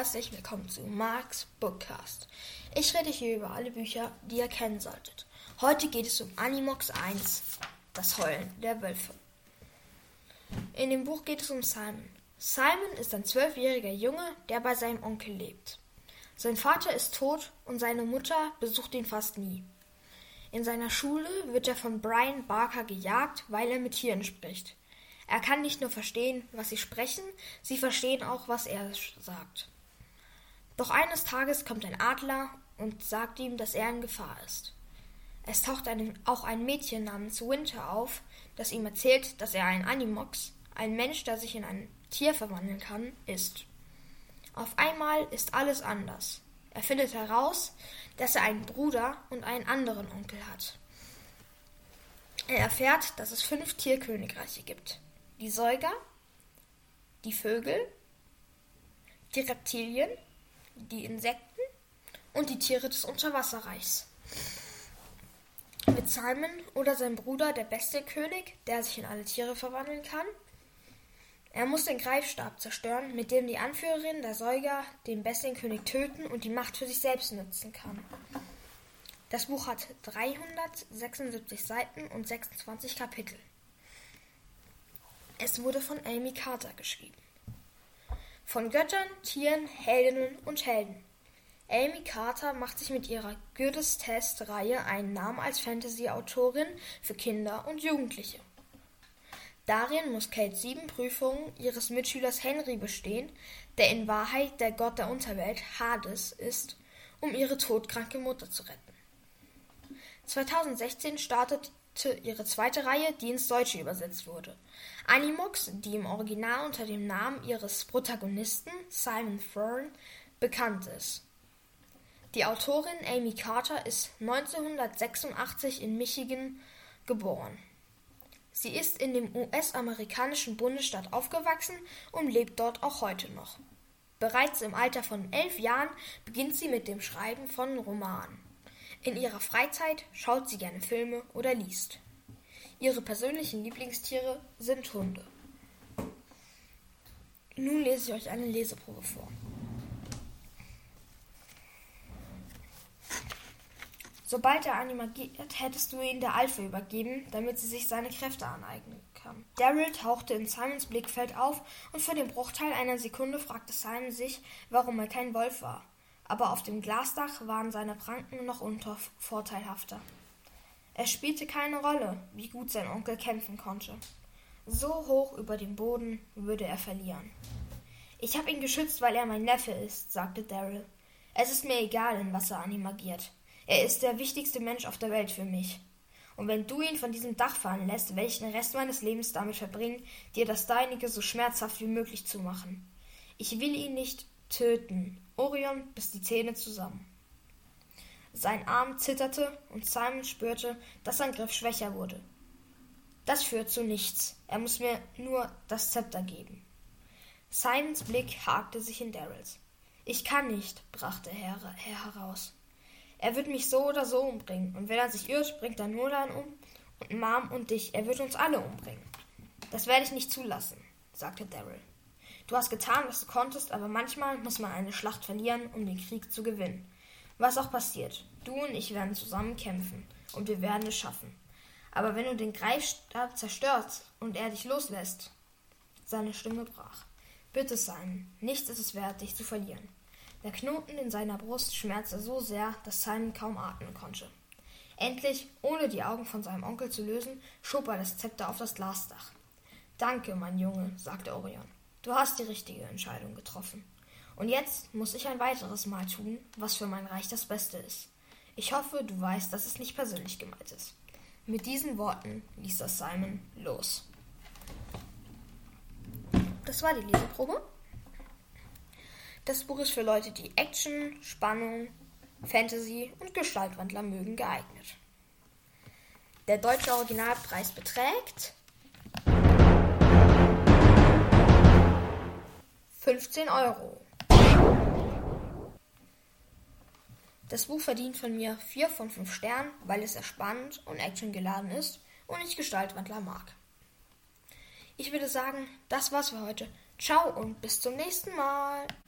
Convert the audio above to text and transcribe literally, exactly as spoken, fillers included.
herzlich willkommen zu Marks Bookcast. Ich rede hier über alle Bücher, die ihr kennen solltet. Heute geht es um Animox eins, das Heulen der Wölfe. In dem Buch geht es um Simon. Simon ist ein zwölfjähriger Junge, der bei seinem Onkel lebt. Sein Vater ist tot und seine Mutter besucht ihn fast nie. In seiner Schule wird er von Brian Barker gejagt, weil er mit Tieren spricht. Er kann nicht nur verstehen, was sie sprechen, sie verstehen auch, was er sagt. Doch eines Tages kommt ein Adler und sagt ihm, dass er in Gefahr ist. Es taucht ein, auch ein Mädchen namens Winter auf, das ihm erzählt, dass er ein Animox, ein Mensch, der sich in ein Tier verwandeln kann, ist. Auf einmal ist alles anders. Er findet heraus, dass er einen Bruder und einen anderen Onkel hat. Er erfährt, dass es fünf Tierkönigreiche gibt. Die Säuger, die Vögel, die Reptilien, die Insekten und die Tiere des Unterwasserreichs. Wird Simon oder sein Bruder der beste König, der sich in alle Tiere verwandeln kann? Er muss den Greifstab zerstören, mit dem die Anführerin der Säuger den besten König töten und die Macht für sich selbst nutzen kann. Das Buch hat dreihundertsechsundsiebzig Seiten und sechsundzwanzig Kapitel. Es wurde von Amy Carter geschrieben. Von Göttern, Tieren, Heldinnen und Helden. Amy Carter macht sich mit ihrer Goethes Test-Reihe einen Namen als Fantasy-Autorin für Kinder und Jugendliche. Darin muss Kate sieben Prüfungen ihres Mitschülers Henry bestehen, der in Wahrheit der Gott der Unterwelt, Hades, ist, um ihre todkranke Mutter zu retten. zweitausendsechzehn startete ihre zweite Reihe, die ins Deutsche übersetzt wurde. Animox, die im Original unter dem Namen ihres Protagonisten, Simon Fern, bekannt ist. Die Autorin Amy Carter ist neunzehnhundertsechsundachtzig in Michigan geboren. Sie ist in dem U S-amerikanischen Bundesstaat aufgewachsen und lebt dort auch heute noch. Bereits im Alter von elf Jahren beginnt sie mit dem Schreiben von Romanen. In ihrer Freizeit schaut sie gerne Filme oder liest. Ihre persönlichen Lieblingstiere sind Hunde. Nun lese ich euch eine Leseprobe vor. Sobald er animagiert, hättest du ihn der Alpha übergeben, damit sie sich seine Kräfte aneignen kann. Daryl tauchte in Simons Blickfeld auf und für den Bruchteil einer Sekunde fragte Simon sich, warum er kein Wolf war. Aber auf dem Glasdach waren seine Pranken noch unvorteilhafter. Es spielte keine Rolle, wie gut sein Onkel kämpfen konnte. So hoch über dem Boden würde er verlieren. »Ich habe ihn geschützt, weil er mein Neffe ist«, sagte Daryl. »Es ist mir egal, in was er animagiert. Er ist der wichtigste Mensch auf der Welt für mich. Und wenn du ihn von diesem Dach fallen lässt, werde ich den Rest meines Lebens damit verbringen, dir das Deinige so schmerzhaft wie möglich zu machen. Ich will ihn nicht töten.« Orion biss die Zähne zusammen. Sein Arm zitterte und Simon spürte, dass sein Griff schwächer wurde. Das führt zu nichts. Er muss mir nur das Zepter geben. Simons Blick hakte sich in Daryls. »Ich kann nicht«, brachte er heraus. »Er wird mich so oder so umbringen, und wenn er sich irrt, bringt er Nolan um und Mom und dich. Er wird uns alle umbringen.« »Das werde ich nicht zulassen«, sagte Daryl. »Du hast getan, was du konntest, aber manchmal muss man eine Schlacht verlieren, um den Krieg zu gewinnen. Was auch passiert, du und ich werden zusammen kämpfen, und wir werden es schaffen. Aber wenn du den Greifstab zerstörst und er dich loslässt...« Seine Stimme brach. »Bitte, Simon, nichts ist es wert, dich zu verlieren.« Der Knoten in seiner Brust schmerzte so sehr, dass Simon kaum atmen konnte. Endlich, ohne die Augen von seinem Onkel zu lösen, schob er das Zepter auf das Glasdach. »Danke, mein Junge«, sagte Orion. »Du hast die richtige Entscheidung getroffen. Und jetzt muss ich ein weiteres Mal tun, was für mein Reich das Beste ist. Ich hoffe, du weißt, dass es nicht persönlich gemeint ist.« Mit diesen Worten ließ das Simon los. Das war die Leseprobe. Das Buch ist für Leute, die Action, Spannung, Fantasy und Gestaltwandler mögen, geeignet. Der deutsche Originalpreis beträgt fünfzehn Euro. Das Buch verdient von mir vier von fünf Sternen, weil es sehr spannend und actiongeladen ist und ich Gestaltwandler mag. Ich würde sagen, das war's für heute. Ciao und bis zum nächsten Mal.